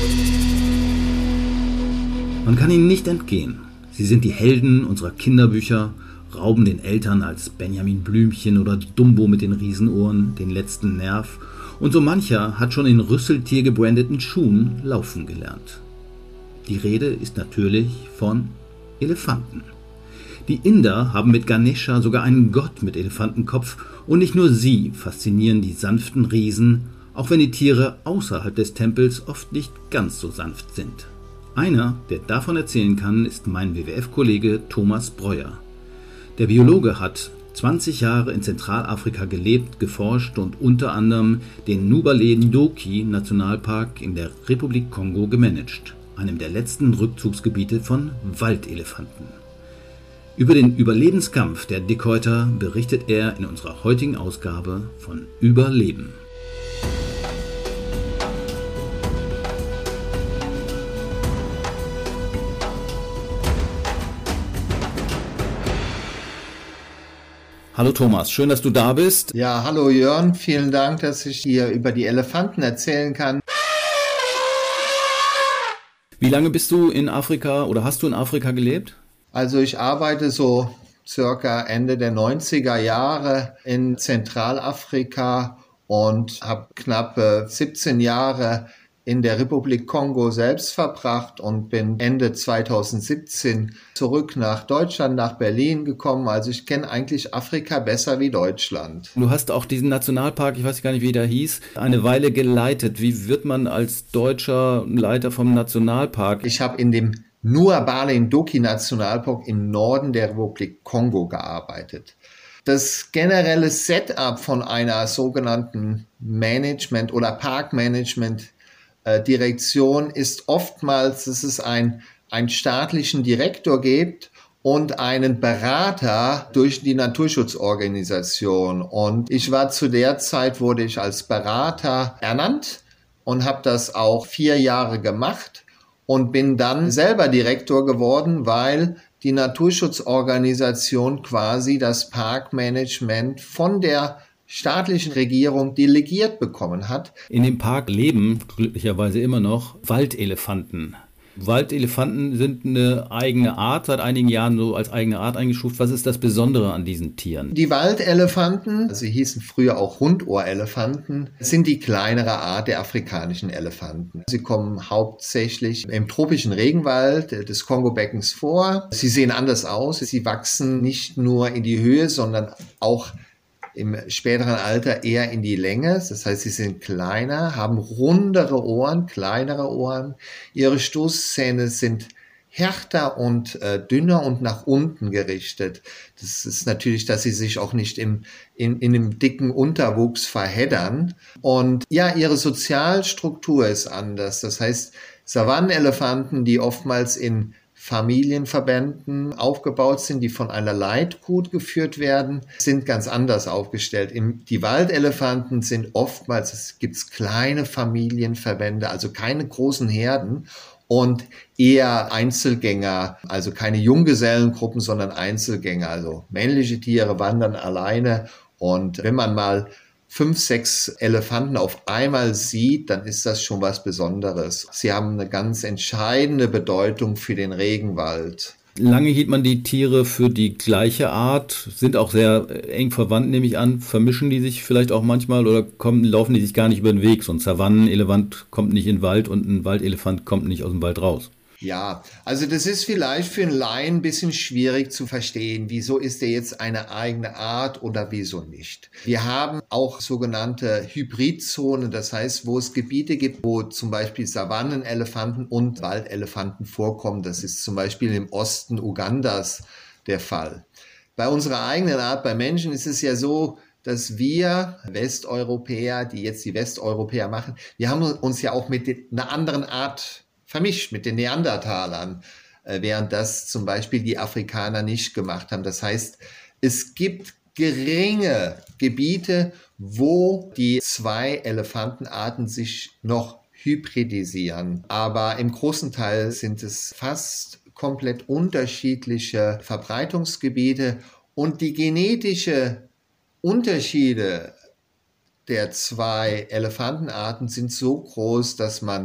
Man kann ihnen nicht entgehen. Sie sind die Helden unserer Kinderbücher, rauben den Eltern als Benjamin Blümchen oder Dumbo mit den Riesenohren den letzten Nerv und so mancher hat schon in Rüsseltier gebrandeten Schuhen laufen gelernt. Die Rede ist natürlich von Elefanten. Die Inder haben mit Ganesha sogar einen Gott mit Elefantenkopf und nicht nur sie faszinieren die sanften Riesen, auch wenn die Tiere außerhalb des Tempels oft nicht ganz so sanft sind. Einer, der davon erzählen kann, ist mein WWF-Kollege Thomas Breuer. Der Biologe hat 20 Jahre in Zentralafrika gelebt, geforscht und unter anderem den Nubale-Ndoki-Nationalpark in der Republik Kongo gemanagt, einem der letzten Rückzugsgebiete von Waldelefanten. Über den Überlebenskampf der Dickhäuter berichtet er in unserer heutigen Ausgabe von Überleben. Hallo Thomas, schön, dass du da bist. Ja, hallo Jörn, vielen Dank, dass ich hier über die Elefanten erzählen kann. Wie lange bist du in Afrika oder hast du in Afrika gelebt? Also ich arbeite so circa Ende der 90er Jahre in Zentralafrika und habe knapp 17 Jahre in der Republik Kongo selbst verbracht und bin Ende 2017 zurück nach Deutschland, nach Berlin gekommen. Also ich kenne eigentlich Afrika besser wie Deutschland. Du hast auch diesen Nationalpark, ich weiß gar nicht, wie der hieß, eine Weile geleitet. Wie wird man als deutscher Leiter vom Nationalpark? Ich habe in dem Nubale-Ndoki-Nationalpark im Norden der Republik Kongo gearbeitet. Das generelle Setup von einer sogenannten Management- oder Parkmanagement-Direktion ist oftmals, dass es einen staatlichen Direktor gibt und einen Berater durch die Naturschutzorganisation. Und ich war zu der Zeit, wurde ich als Berater ernannt und habe das auch 4 Jahre gemacht und bin dann selber Direktor geworden, weil die Naturschutzorganisation quasi das Parkmanagement von der staatlichen Regierung delegiert bekommen hat. In dem Park leben glücklicherweise immer noch Waldelefanten. Waldelefanten sind eine eigene Art, seit einigen Jahren so als eigene Art eingestuft. Was ist das Besondere an diesen Tieren? Die Waldelefanten, sie hießen früher auch Rundohrelefanten, sind die kleinere Art der afrikanischen Elefanten. Sie kommen hauptsächlich im tropischen Regenwald des Kongo-Beckens vor. Sie sehen anders aus. Sie wachsen nicht nur in die Höhe, sondern auch im späteren Alter eher in die Länge. Das heißt, sie sind kleiner, haben rundere Ohren, kleinere Ohren. Ihre Stoßzähne sind härter und dünner und nach unten gerichtet. Das ist natürlich, dass sie sich auch nicht in einem dicken Unterwuchs verheddern. Und ja, ihre Sozialstruktur ist anders. Das heißt, Savannenelefanten, die oftmals in Familienverbänden aufgebaut sind, die von einer Leitkuh geführt werden, sind ganz anders aufgestellt. Die Waldelefanten sind oftmals, es gibt kleine Familienverbände, also keine großen Herden und eher Einzelgänger, also keine Junggesellengruppen, sondern Einzelgänger. Also männliche Tiere wandern alleine und wenn man mal 5, 6 Elefanten auf einmal sieht, dann ist das schon was Besonderes. Sie haben eine ganz entscheidende Bedeutung für den Regenwald. Lange hielt man die Tiere für die gleiche Art, sind auch sehr eng verwandt, nehme ich an. Vermischen die sich vielleicht auch manchmal oder laufen die sich gar nicht über den Weg? So ein Savannenelefant kommt nicht in den Wald und ein Waldelefant kommt nicht aus dem Wald raus. Ja, also das ist vielleicht für einen Laien ein bisschen schwierig zu verstehen. Wieso ist der jetzt eine eigene Art oder wieso nicht? Wir haben auch sogenannte Hybridzonen, das heißt, wo es Gebiete gibt, wo zum Beispiel Savannenelefanten und Waldelefanten vorkommen. Das ist zum Beispiel im Osten Ugandas der Fall. Bei unserer eigenen Art, bei Menschen ist es ja so, dass wir Westeuropäer, die jetzt die Westeuropäer machen, wir haben uns ja auch mit einer anderen Art vermischt mit den Neandertalern, während das zum Beispiel die Afrikaner nicht gemacht haben. Das heißt, es gibt geringe Gebiete, wo die 2 Elefantenarten sich noch hybridisieren. Aber im großen Teil sind es fast komplett unterschiedliche Verbreitungsgebiete und die genetische Unterschiede der 2 Elefantenarten sind so groß, dass man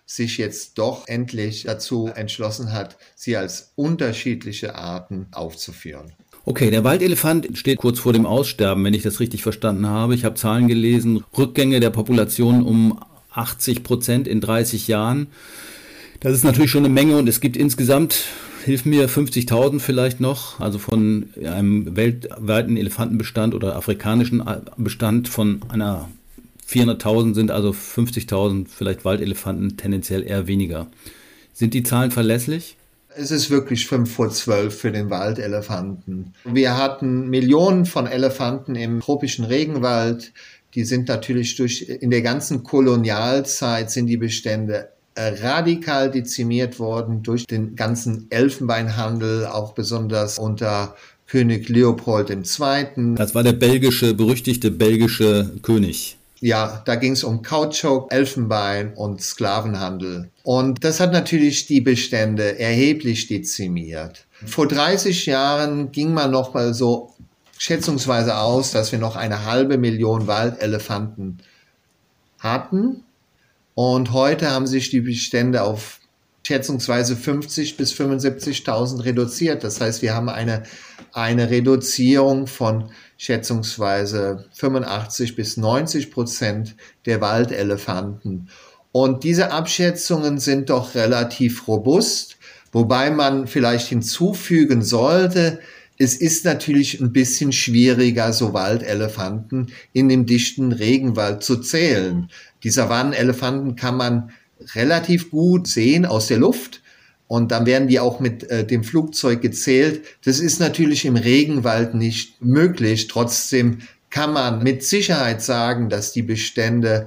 sich jetzt doch endlich dazu entschlossen hat, sie als unterschiedliche Arten aufzuführen. Okay, der Waldelefant steht kurz vor dem Aussterben, wenn ich das richtig verstanden habe. Ich habe Zahlen gelesen, Rückgänge der Population um 80% in 30 Jahren. Das ist natürlich schon eine Menge und es gibt insgesamt, hilf mir, 50.000 vielleicht noch, also von einem weltweiten Elefantenbestand oder afrikanischen Bestand von einer 400.000 sind also 50.000 vielleicht Waldelefanten, tendenziell eher weniger. Sind die Zahlen verlässlich? Es ist wirklich 5 vor 12 für den Waldelefanten. Wir hatten Millionen von Elefanten im tropischen Regenwald. Die sind natürlich in der ganzen Kolonialzeit sind die Bestände radikal dezimiert worden durch den ganzen Elfenbeinhandel, auch besonders unter König Leopold II. Das war der berüchtigte belgische König. Ja, da ging es um Kautschuk, Elfenbein und Sklavenhandel. Und das hat natürlich die Bestände erheblich dezimiert. Vor 30 Jahren ging man noch mal so schätzungsweise aus, dass wir noch 500.000 Waldelefanten hatten. Und heute haben sich die Bestände auf schätzungsweise 50.000 bis 75.000 reduziert. Das heißt, wir haben eine Reduzierung von schätzungsweise 85 bis 90% der Waldelefanten. Und diese Abschätzungen sind doch relativ robust, wobei man vielleicht hinzufügen sollte, es ist natürlich ein bisschen schwieriger, so Waldelefanten in dem dichten Regenwald zu zählen. Die Savannenelefanten kann man relativ gut sehen aus der Luft. Und dann werden die auch mit dem Flugzeug gezählt. Das ist natürlich im Regenwald nicht möglich. Trotzdem kann man mit Sicherheit sagen, dass die Bestände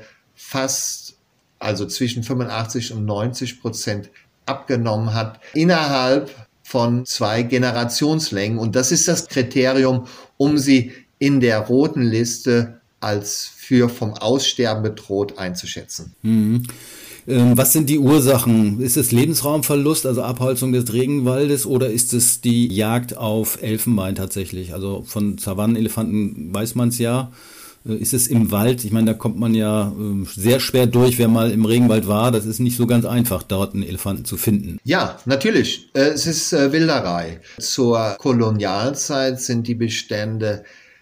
also zwischen 85 und 90% abgenommen hat innerhalb von 2 Generationslängen. Und das ist das Kriterium, um sie in der roten Liste als für vom Aussterben bedroht einzuschätzen. Mhm. Was sind die Ursachen? Ist es Lebensraumverlust, also Abholzung des Regenwaldes, oder ist es die Jagd auf Elfenbein tatsächlich? Also von Savannenelefanten weiß man es ja. Ist es im Wald? Ich meine, da kommt man ja sehr schwer durch, wer mal im Regenwald war. Das ist nicht so ganz einfach, dort einen Elefanten zu finden. Ja, natürlich. Es ist Wilderei. Zur Kolonialzeit sind die Bestände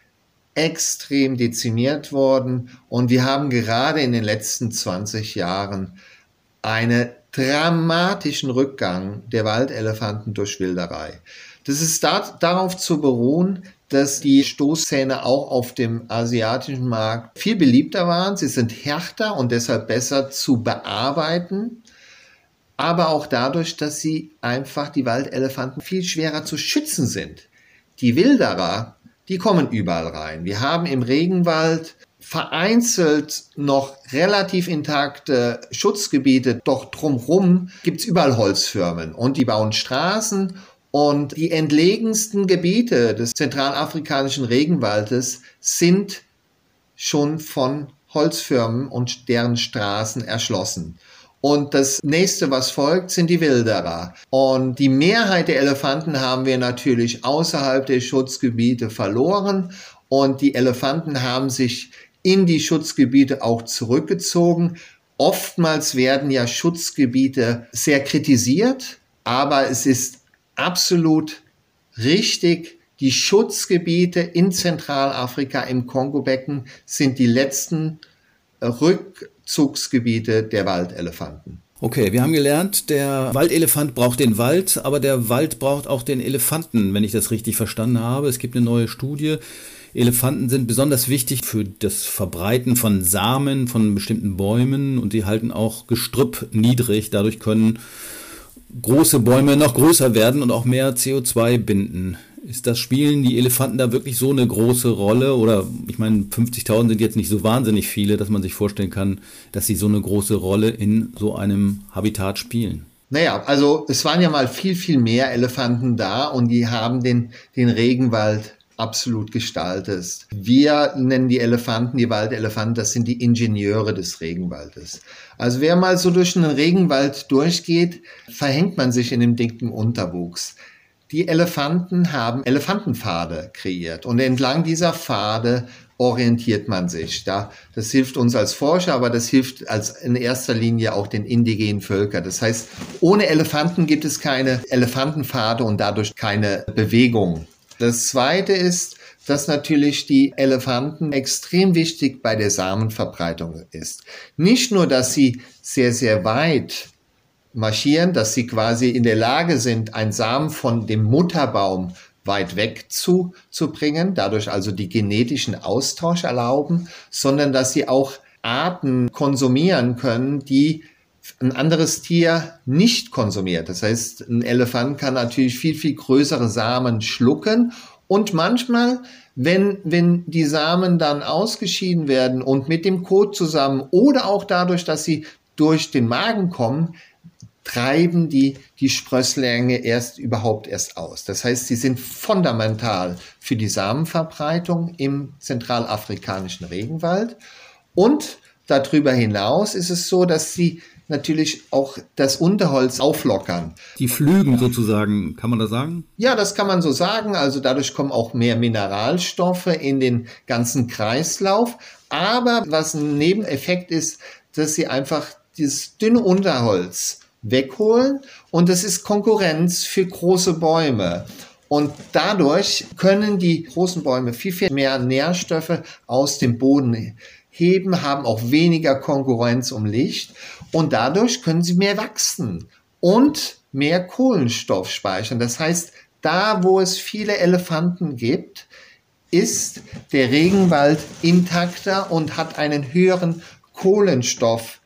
extrem dezimiert worden und wir haben gerade in den letzten 20 Jahren einen dramatischen Rückgang der Waldelefanten durch Wilderei. Das ist darauf zu beruhen, dass die Stoßzähne auch auf dem asiatischen Markt viel beliebter waren. Sie sind härter und deshalb besser zu bearbeiten, aber auch dadurch, dass sie einfach die Waldelefanten viel schwerer zu schützen sind. Die Wilderer, die kommen überall rein. Wir haben im Regenwald vereinzelt noch relativ intakte Schutzgebiete, doch drumherum gibt es überall Holzfirmen und die bauen Straßen und die entlegensten Gebiete des zentralafrikanischen Regenwaldes sind schon von Holzfirmen und deren Straßen erschlossen. Und das nächste, was folgt, sind die Wilderer. Und die Mehrheit der Elefanten haben wir natürlich außerhalb der Schutzgebiete verloren. Und die Elefanten haben sich in die Schutzgebiete auch zurückgezogen. Oftmals werden ja Schutzgebiete sehr kritisiert, aber es ist absolut richtig. Die Schutzgebiete in Zentralafrika im Kongobecken sind die letzten Rückzugsgebiete der Waldelefanten. Okay, wir haben gelernt, der Waldelefant braucht den Wald, aber der Wald braucht auch den Elefanten, wenn ich das richtig verstanden habe. Es gibt eine neue Studie. Elefanten sind besonders wichtig für das Verbreiten von Samen von bestimmten Bäumen und die halten auch Gestrüpp niedrig. Dadurch können große Bäume noch größer werden und auch mehr CO2 binden. Spielen die Elefanten da wirklich so eine große Rolle? Oder ich meine, 50.000 sind jetzt nicht so wahnsinnig viele, dass man sich vorstellen kann, dass sie so eine große Rolle in so einem Habitat spielen. Naja, also es waren ja mal viel, viel mehr Elefanten da und die haben den Regenwald absolut gestaltet. Wir nennen die Elefanten, die Waldelefanten, das sind die Ingenieure des Regenwaldes. Also wer mal so durch einen Regenwald durchgeht, verhängt man sich in dem dicken Unterwuchs. Die Elefanten haben Elefantenpfade kreiert und entlang dieser Pfade orientiert man sich. Das hilft uns als Forscher, aber das hilft in erster Linie auch den indigenen Völkern. Das heißt, ohne Elefanten gibt es keine Elefantenpfade und dadurch keine Bewegung. Das Zweite ist, dass natürlich die Elefanten extrem wichtig bei der Samenverbreitung ist. Nicht nur, dass sie sehr, sehr weit marschieren, dass sie quasi in der Lage sind, einen Samen von dem Mutterbaum weit weg zu bringen, dadurch also die genetischen Austausch erlauben, sondern dass sie auch Arten konsumieren können, die ein anderes Tier nicht konsumiert. Das heißt, ein Elefant kann natürlich viel, viel größere Samen schlucken und manchmal, wenn die Samen dann ausgeschieden werden und mit dem Kot zusammen oder auch dadurch, dass sie durch den Magen kommen, treiben die Sprösslinge überhaupt erst aus. Das heißt, sie sind fundamental für die Samenverbreitung im zentralafrikanischen Regenwald. Und darüber hinaus ist es so, dass sie natürlich auch das Unterholz auflockern. Die pflügen sozusagen, kann man das sagen? Ja, das kann man so sagen. Also dadurch kommen auch mehr Mineralstoffe in den ganzen Kreislauf. Aber was ein Nebeneffekt ist, dass sie einfach dieses dünne Unterholz wegholen und das ist Konkurrenz für große Bäume. Und dadurch können die großen Bäume viel, viel mehr Nährstoffe aus dem Boden heben, haben auch weniger Konkurrenz um Licht und dadurch können sie mehr wachsen und mehr Kohlenstoff speichern. Das heißt, da wo es viele Elefanten gibt, ist der Regenwald intakter und hat einen höheren Kohlenstoffspeicher.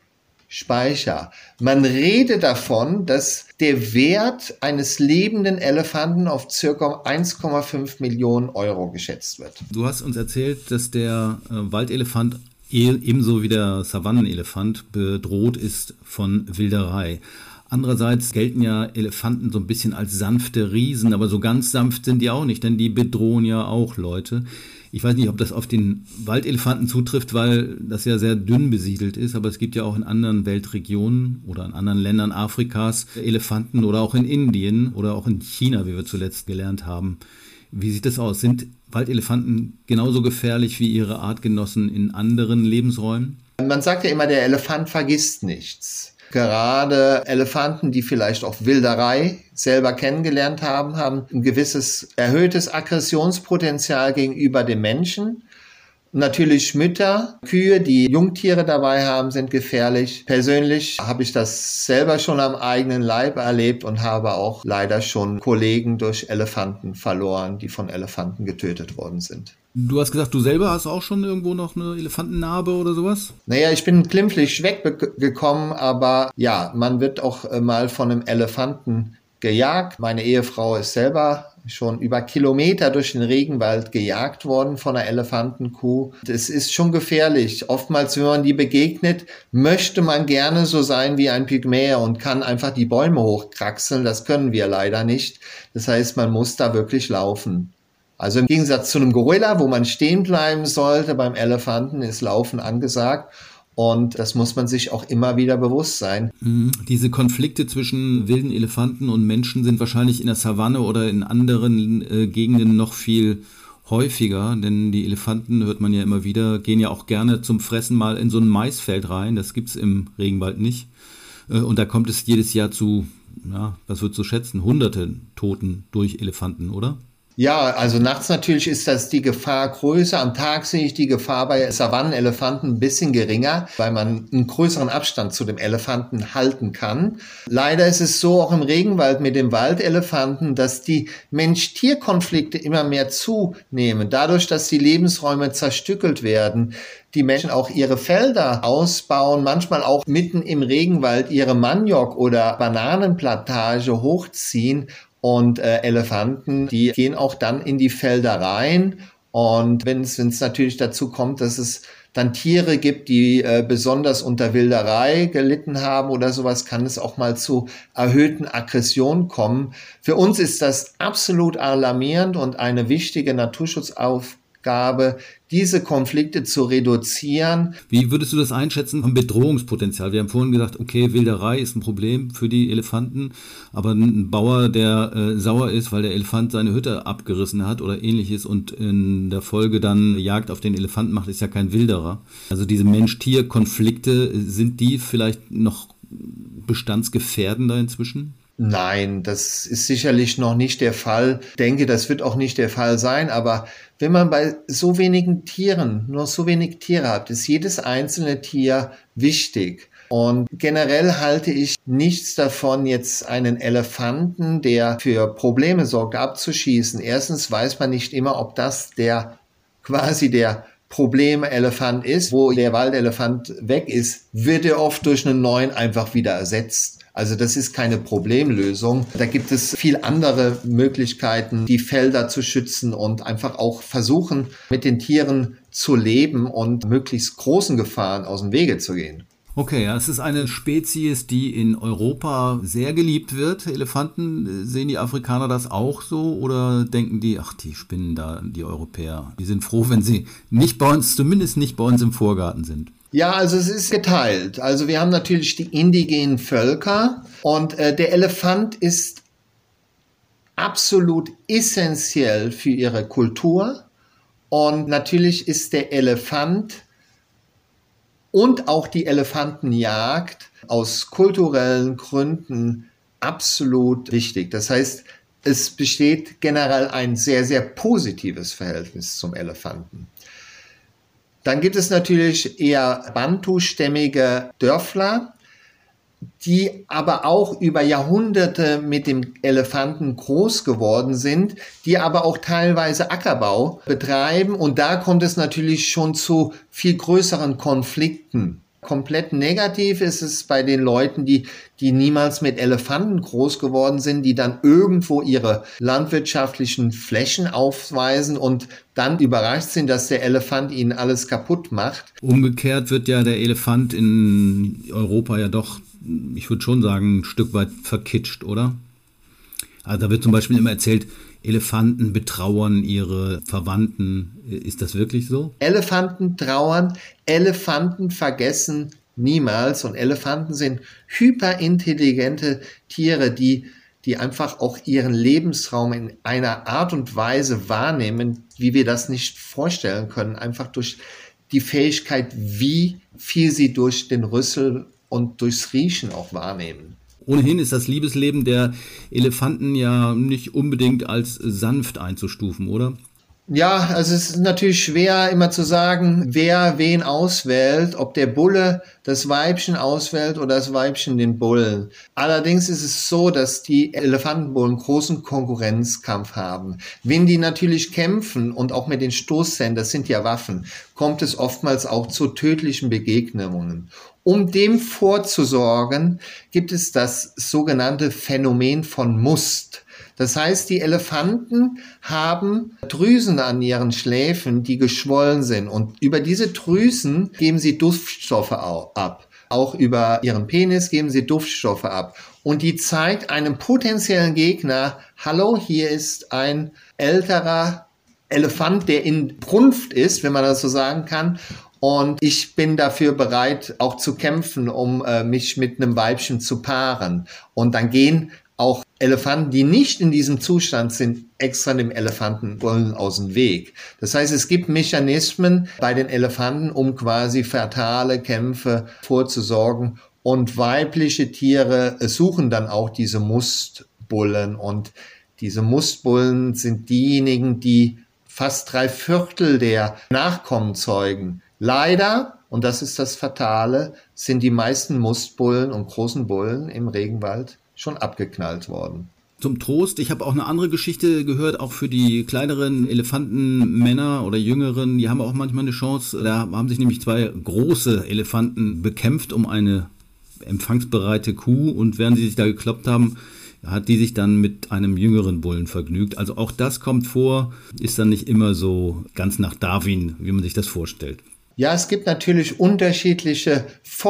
Man redet davon, dass der Wert eines lebenden Elefanten auf ca. 1,5 Millionen Euro geschätzt wird. Du hast uns erzählt, dass der Waldelefant ebenso wie der Savannenelefant bedroht ist von Wilderei. Andererseits gelten ja Elefanten so ein bisschen als sanfte Riesen, aber so ganz sanft sind die auch nicht, denn die bedrohen ja auch Leute. Ich weiß nicht, ob das auf den Waldelefanten zutrifft, weil das ja sehr dünn besiedelt ist, aber es gibt ja auch in anderen Weltregionen oder in anderen Ländern Afrikas Elefanten oder auch in Indien oder auch in China, wie wir zuletzt gelernt haben. Wie sieht das aus? Sind Waldelefanten genauso gefährlich wie ihre Artgenossen in anderen Lebensräumen? Man sagt ja immer, der Elefant vergisst nichts. Gerade Elefanten, die vielleicht auch Wilderei selber kennengelernt haben, haben ein gewisses erhöhtes Aggressionspotenzial gegenüber dem Menschen. Natürlich Mütter, Kühe, die Jungtiere dabei haben, sind gefährlich. Persönlich habe ich das selber schon am eigenen Leib erlebt und habe auch leider schon Kollegen durch Elefanten verloren, die von Elefanten getötet worden sind. Du hast gesagt, du selber hast auch schon irgendwo noch eine Elefantennarbe oder sowas? Naja, ich bin glimpflich weggekommen, aber ja, man wird auch mal von einem Elefanten gejagt. Meine Ehefrau ist selber schon über Kilometer durch den Regenwald gejagt worden von einer Elefantenkuh. Das ist schon gefährlich. Oftmals, wenn man die begegnet, möchte man gerne so sein wie ein Pygmäer und kann einfach die Bäume hochkraxeln. Das können wir leider nicht. Das heißt, man muss da wirklich laufen. Also im Gegensatz zu einem Gorilla, wo man stehen bleiben sollte, beim Elefanten ist Laufen angesagt. Und das muss man sich auch immer wieder bewusst sein. Diese Konflikte zwischen wilden Elefanten und Menschen sind wahrscheinlich in der Savanne oder in anderen Gegenden noch viel häufiger, denn die Elefanten, hört man ja immer wieder, gehen ja auch gerne zum Fressen mal in so ein Maisfeld rein. Das gibt's im Regenwald nicht. Und da kommt es jedes Jahr zu, ja, was würdest du schätzen, Hunderte Toten durch Elefanten, oder? Ja, also nachts natürlich ist das die Gefahr größer. Am Tag sehe ich die Gefahr bei Savannenelefanten ein bisschen geringer, weil man einen größeren Abstand zu dem Elefanten halten kann. Leider ist es so auch im Regenwald mit dem Waldelefanten, dass die Mensch-Tier-Konflikte immer mehr zunehmen. Dadurch, dass die Lebensräume zerstückelt werden, die Menschen auch ihre Felder ausbauen, manchmal auch mitten im Regenwald ihre Maniok- oder Bananenplantage hochziehen. Und Elefanten, die gehen auch dann in die Felder rein. Und wenn es natürlich dazu kommt, dass es dann Tiere gibt, die besonders unter Wilderei gelitten haben oder sowas, kann es auch mal zu erhöhten Aggressionen kommen. Für uns ist das absolut alarmierend und eine wichtige Naturschutzaufgabe Aufgabe, diese Konflikte zu reduzieren. Wie würdest du das einschätzen vom Bedrohungspotenzial? Wir haben vorhin gesagt, okay, Wilderei ist ein Problem für die Elefanten, aber ein Bauer, der sauer ist, weil der Elefant seine Hütte abgerissen hat oder ähnliches und in der Folge dann Jagd auf den Elefanten macht, ist ja kein Wilderer. Also diese Mensch-Tier-Konflikte, sind die vielleicht noch bestandsgefährdender inzwischen? Nein, das ist sicherlich noch nicht der Fall. Ich denke, das wird auch nicht der Fall sein. Aber wenn man bei so wenigen Tieren, nur so wenig Tiere hat, ist jedes einzelne Tier wichtig. Und generell halte ich nichts davon, jetzt einen Elefanten, der für Probleme sorgt, abzuschießen. Erstens weiß man nicht immer, ob das der Problemelefant ist. Wo der Waldelefant weg ist, wird er oft durch einen neuen einfach wieder ersetzt. Also das ist keine Problemlösung. Da gibt es viel andere Möglichkeiten, die Felder zu schützen und einfach auch versuchen, mit den Tieren zu leben und möglichst großen Gefahren aus dem Wege zu gehen. Okay, ja, es ist eine Spezies, die in Europa sehr geliebt wird. Elefanten, sehen die Afrikaner das auch so oder denken die, ach, die spinnen da, die Europäer. Die sind froh, wenn sie nicht bei uns, zumindest nicht bei uns im Vorgarten sind. Ja, also es ist geteilt. Also wir haben natürlich die indigenen Völker und der Elefant ist absolut essentiell für ihre Kultur und natürlich ist der Elefant und auch die Elefantenjagd aus kulturellen Gründen absolut wichtig. Das heißt, es besteht generell ein sehr, sehr positives Verhältnis zum Elefanten. Dann gibt es natürlich eher Bantu-stämmige Dörfler, die aber auch über Jahrhunderte mit dem Elefanten groß geworden sind, die aber auch teilweise Ackerbau betreiben. Und da kommt es natürlich schon zu viel größeren Konflikten. Komplett negativ ist es bei den Leuten, die niemals mit Elefanten groß geworden sind, die dann irgendwo ihre landwirtschaftlichen Flächen aufweisen und dann überrascht sind, dass der Elefant ihnen alles kaputt macht. Umgekehrt wird ja der Elefant in Europa ja doch, ich würde schon sagen, ein Stück weit verkitscht, oder? Also da wird zum Beispiel immer erzählt, Elefanten betrauern ihre Verwandten. Ist das wirklich so? Elefanten trauern, Elefanten vergessen niemals und Elefanten sind hyperintelligente Tiere, die einfach auch ihren Lebensraum in einer Art und Weise wahrnehmen, wie wir das nicht vorstellen können, einfach durch die Fähigkeit, wie viel sie durch den Rüssel und durchs Riechen auch wahrnehmen. Ohnehin ist das Liebesleben der Elefanten ja nicht unbedingt als sanft einzustufen, oder? Ja, also es ist natürlich schwer immer zu sagen, wer wen auswählt, ob der Bulle das Weibchen auswählt oder das Weibchen den Bullen. Allerdings ist es so, dass die Elefantenbullen großen Konkurrenzkampf haben. Wenn die natürlich kämpfen und auch mit den Stoßzähnen, das sind ja Waffen, kommt es oftmals auch zu tödlichen Begegnungen. Um dem vorzusorgen, gibt es das sogenannte Phänomen von Must. Das heißt, die Elefanten haben Drüsen an ihren Schläfen, die geschwollen sind. Und über diese Drüsen geben sie Duftstoffe ab. Auch über ihren Penis geben sie Duftstoffe ab. Und die zeigt einem potenziellen Gegner, hallo, hier ist ein älterer Elefant, der in Brunft ist, wenn man das so sagen kann. Und ich bin dafür bereit, auch zu kämpfen, um mich mit einem Weibchen zu paaren. Und dann gehen auch Elefanten, die nicht in diesem Zustand sind, extra dem Elefantenbullen aus dem Weg. Das heißt, es gibt Mechanismen bei den Elefanten, um quasi fatale Kämpfe vorzusorgen. Und weibliche Tiere suchen dann auch diese Mustbullen. Und diese Mustbullen sind diejenigen, die fast 3/4 der Nachkommen zeugen. Leider, und das ist das Fatale, sind die meisten Mustbullen und großen Bullen im Regenwald schon abgeknallt worden. Zum Trost, ich habe auch eine andere Geschichte gehört, auch für die kleineren Elefantenmänner oder Jüngeren, die haben auch manchmal eine Chance. Da haben sich nämlich 2 große Elefanten bekämpft um eine empfangsbereite Kuh und während sie sich da gekloppt haben, hat die sich dann mit einem jüngeren Bullen vergnügt. Also auch das kommt vor, ist dann nicht immer so ganz nach Darwin, wie man sich das vorstellt. Ja, es gibt natürlich unterschiedliche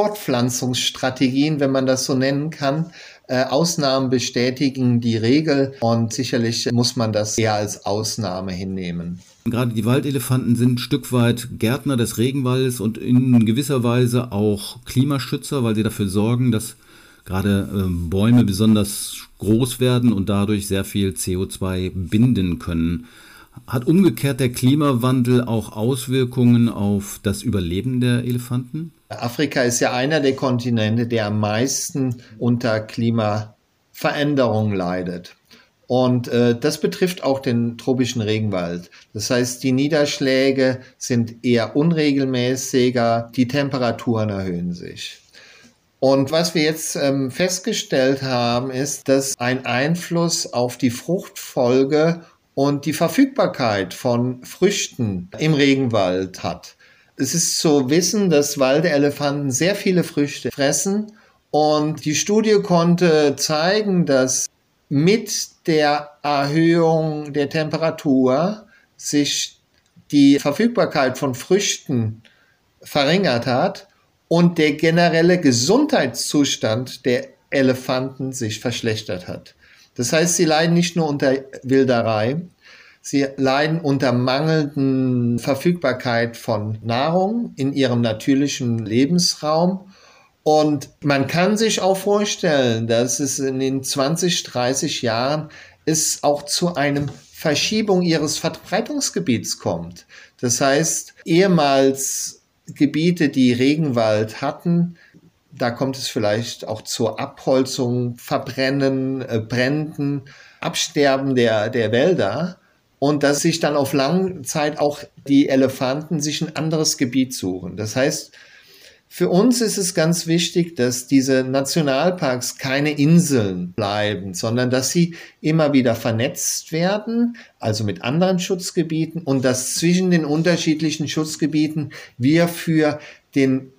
Fortpflanzungsstrategien, wenn man das so nennen kann. Ausnahmen bestätigen die Regel und sicherlich muss man das eher als Ausnahme hinnehmen. Gerade die Waldelefanten sind ein Stück weit Gärtner des Regenwaldes und in gewisser Weise auch Klimaschützer, weil sie dafür sorgen, dass gerade Bäume besonders groß werden und dadurch sehr viel CO2 binden können. Hat umgekehrt der Klimawandel auch Auswirkungen auf das Überleben der Elefanten? Afrika ist ja einer der Kontinente, der am meisten unter Klimaveränderung leidet. Und das betrifft auch den tropischen Regenwald. Das heißt, die Niederschläge sind eher unregelmäßiger, die Temperaturen erhöhen sich. Und was wir jetzt festgestellt haben, ist, dass ein Einfluss auf die Fruchtfolge und die Verfügbarkeit von Früchten im Regenwald hat. Es ist zu wissen, dass Waldelefanten sehr viele Früchte fressen und die Studie konnte zeigen, dass mit der Erhöhung der Temperatur sich die Verfügbarkeit von Früchten verringert hat und der generelle Gesundheitszustand der Elefanten sich verschlechtert hat. Das heißt, sie leiden nicht nur unter Wilderei, sie leiden unter mangelnden Verfügbarkeit von Nahrung in ihrem natürlichen Lebensraum. Und man kann sich auch vorstellen, dass es in den 20, 30 Jahren es auch zu einer Verschiebung ihres Verbreitungsgebiets kommt. Das heißt, ehemals Gebiete, die Regenwald hatten, da kommt es vielleicht auch zur Abholzung, Verbrennen, Bränden, Absterben der Wälder und dass sich dann auf lange Zeit auch die Elefanten sich ein anderes Gebiet suchen. Das heißt, für uns ist es ganz wichtig, dass diese Nationalparks keine Inseln bleiben, sondern dass sie immer wieder vernetzt werden, also mit anderen Schutzgebieten und dass zwischen den unterschiedlichen Schutzgebieten wir für den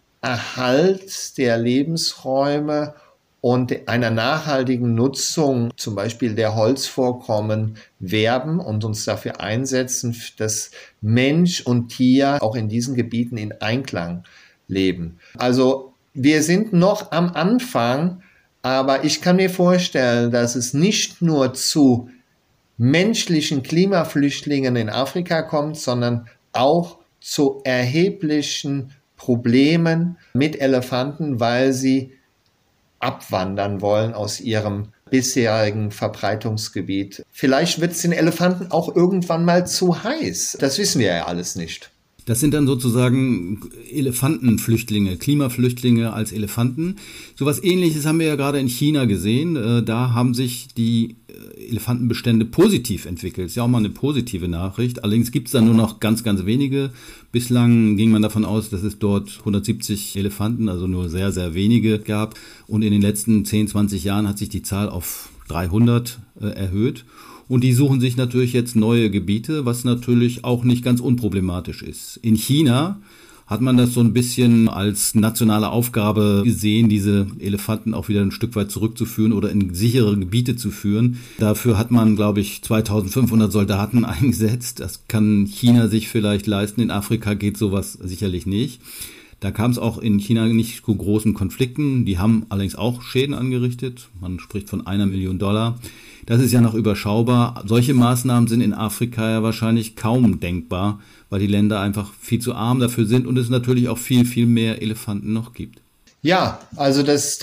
Erhalt der Lebensräume und einer nachhaltigen Nutzung, zum Beispiel der Holzvorkommen, werben und uns dafür einsetzen, dass Mensch und Tier auch in diesen Gebieten in Einklang leben. Also wir sind noch am Anfang, aber ich kann mir vorstellen, dass es nicht nur zu menschlichen Klimaflüchtlingen in Afrika kommt, sondern auch zu erheblichen Problemen mit Elefanten, weil sie abwandern wollen aus ihrem bisherigen Verbreitungsgebiet. Vielleicht wird es den Elefanten auch irgendwann mal zu heiß. Das wissen wir ja alles nicht. Das sind dann sozusagen Elefantenflüchtlinge, Klimaflüchtlinge als Elefanten. So was Ähnliches haben wir ja gerade in China gesehen. Da haben sich die Elefantenbestände positiv entwickelt. Ist ja auch mal eine positive Nachricht. Allerdings gibt es da nur noch ganz, ganz wenige. Bislang ging man davon aus, dass es dort 170 Elefanten, also nur sehr, sehr wenige gab. Und in den letzten 10, 20 Jahren hat sich die Zahl auf 300 erhöht. Und die suchen sich natürlich jetzt neue Gebiete, was natürlich auch nicht ganz unproblematisch ist. In China hat man das so ein bisschen als nationale Aufgabe gesehen, diese Elefanten auch wieder ein Stück weit zurückzuführen oder in sichere Gebiete zu führen. Dafür hat man, glaube ich, 2500 Soldaten eingesetzt. Das kann China sich vielleicht leisten. In Afrika geht sowas sicherlich nicht. Da kam es auch in China nicht zu großen Konflikten. Die haben allerdings auch Schäden angerichtet. Man spricht von $1 Million. Das ist ja noch überschaubar. Solche Maßnahmen sind in Afrika ja wahrscheinlich kaum denkbar, weil die Länder einfach viel zu arm dafür sind und es natürlich auch viel, viel mehr Elefanten noch gibt. Ja, also das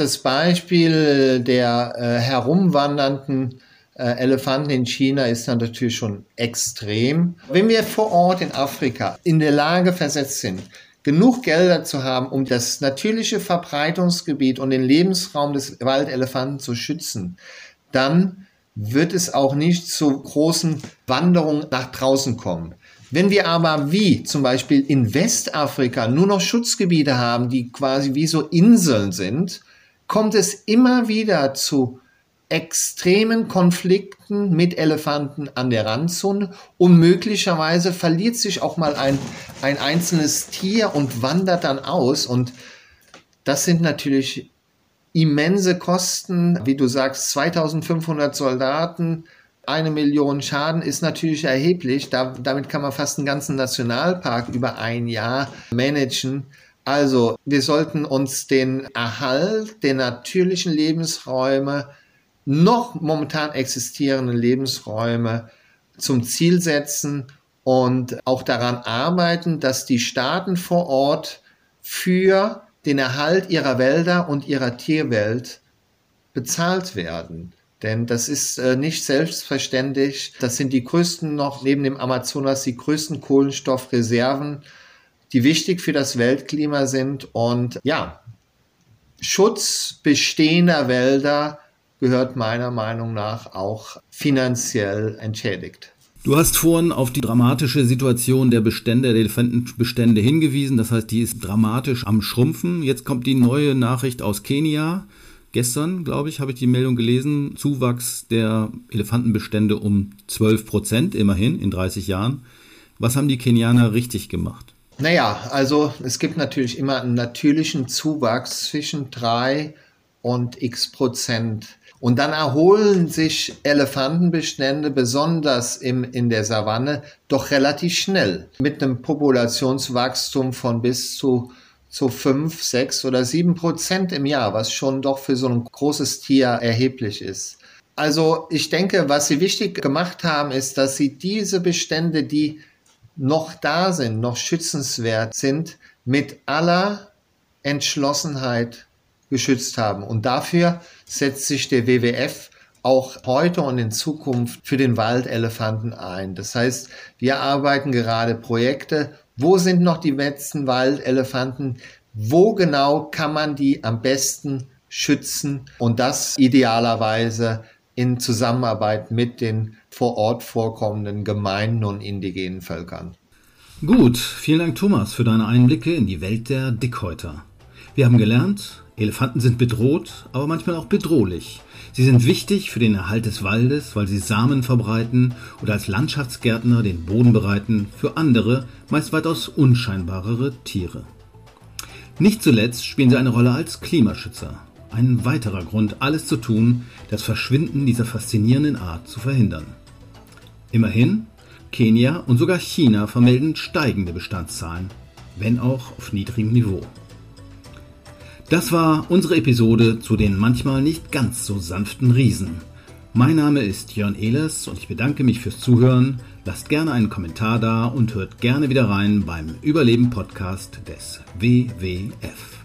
Beispiel der herumwandernden Elefanten in China ist dann natürlich schon extrem. Wenn wir vor Ort in Afrika in der Lage versetzt sind, genug Gelder zu haben, um das natürliche Verbreitungsgebiet und den Lebensraum des Waldelefanten zu schützen, dann wird es auch nicht zu großen Wanderungen nach draußen kommen. Wenn wir aber wie zum Beispiel in Westafrika nur noch Schutzgebiete haben, die quasi wie so Inseln sind, kommt es immer wieder zu extremen Konflikten mit Elefanten an der Randzone und möglicherweise verliert sich auch mal ein einzelnes Tier und wandert dann aus und das sind natürlich immense Kosten, wie du sagst, 2500 Soldaten, 1 Million Schaden ist natürlich erheblich. Damit kann man fast einen ganzen Nationalpark über ein Jahr managen. Also wir sollten uns den Erhalt der natürlichen Lebensräume, noch momentan existierenden Lebensräume zum Ziel setzen und auch daran arbeiten, dass die Staaten vor Ort für den Erhalt ihrer Wälder und ihrer Tierwelt bezahlt werden. Denn das ist nicht selbstverständlich. Das sind die größten noch, neben dem Amazonas, die größten Kohlenstoffreserven, die wichtig für das Weltklima sind. Und ja, Schutz bestehender Wälder gehört meiner Meinung nach auch finanziell entschädigt. Du hast vorhin auf die dramatische Situation der Elefantenbestände hingewiesen. Das heißt, die ist dramatisch am Schrumpfen. Jetzt kommt die neue Nachricht aus Kenia. Gestern, glaube ich, habe ich die Meldung gelesen. Zuwachs der Elefantenbestände um 12%, immerhin in 30 Jahren. Was haben die Kenianer richtig gemacht? Naja, also es gibt natürlich immer einen natürlichen Zuwachs zwischen 3 und x%. Und dann erholen sich Elefantenbestände, besonders in der Savanne, doch relativ schnell. Mit einem Populationswachstum von bis zu 5, 6 oder 7% im Jahr, was schon doch für so ein großes Tier erheblich ist. Also ich denke, was sie wichtig gemacht haben, ist, dass sie diese Bestände, die noch da sind, noch schützenswert sind, mit aller Entschlossenheit geschützt haben. Und dafür setzt sich der WWF auch heute und in Zukunft für den Waldelefanten ein. Das heißt, wir arbeiten gerade Projekte, wo sind noch die letzten Waldelefanten, wo genau kann man die am besten schützen und das idealerweise in Zusammenarbeit mit den vor Ort vorkommenden Gemeinden und indigenen Völkern. Gut, vielen Dank Thomas für deine Einblicke in die Welt der Dickhäuter. Wir haben gelernt, Elefanten sind bedroht, aber manchmal auch bedrohlich. Sie sind wichtig für den Erhalt des Waldes, weil sie Samen verbreiten oder als Landschaftsgärtner den Boden bereiten für andere, meist weitaus unscheinbarere Tiere. Nicht zuletzt spielen sie eine Rolle als Klimaschützer. Ein weiterer Grund, alles zu tun, das Verschwinden dieser faszinierenden Art zu verhindern. Immerhin, Kenia und sogar China vermelden steigende Bestandszahlen, wenn auch auf niedrigem Niveau. Das war unsere Episode zu den manchmal nicht ganz so sanften Riesen. Mein Name ist Jörn Ehlers und ich bedanke mich fürs Zuhören. Lasst gerne einen Kommentar da und hört gerne wieder rein beim Überleben-Podcast des WWF.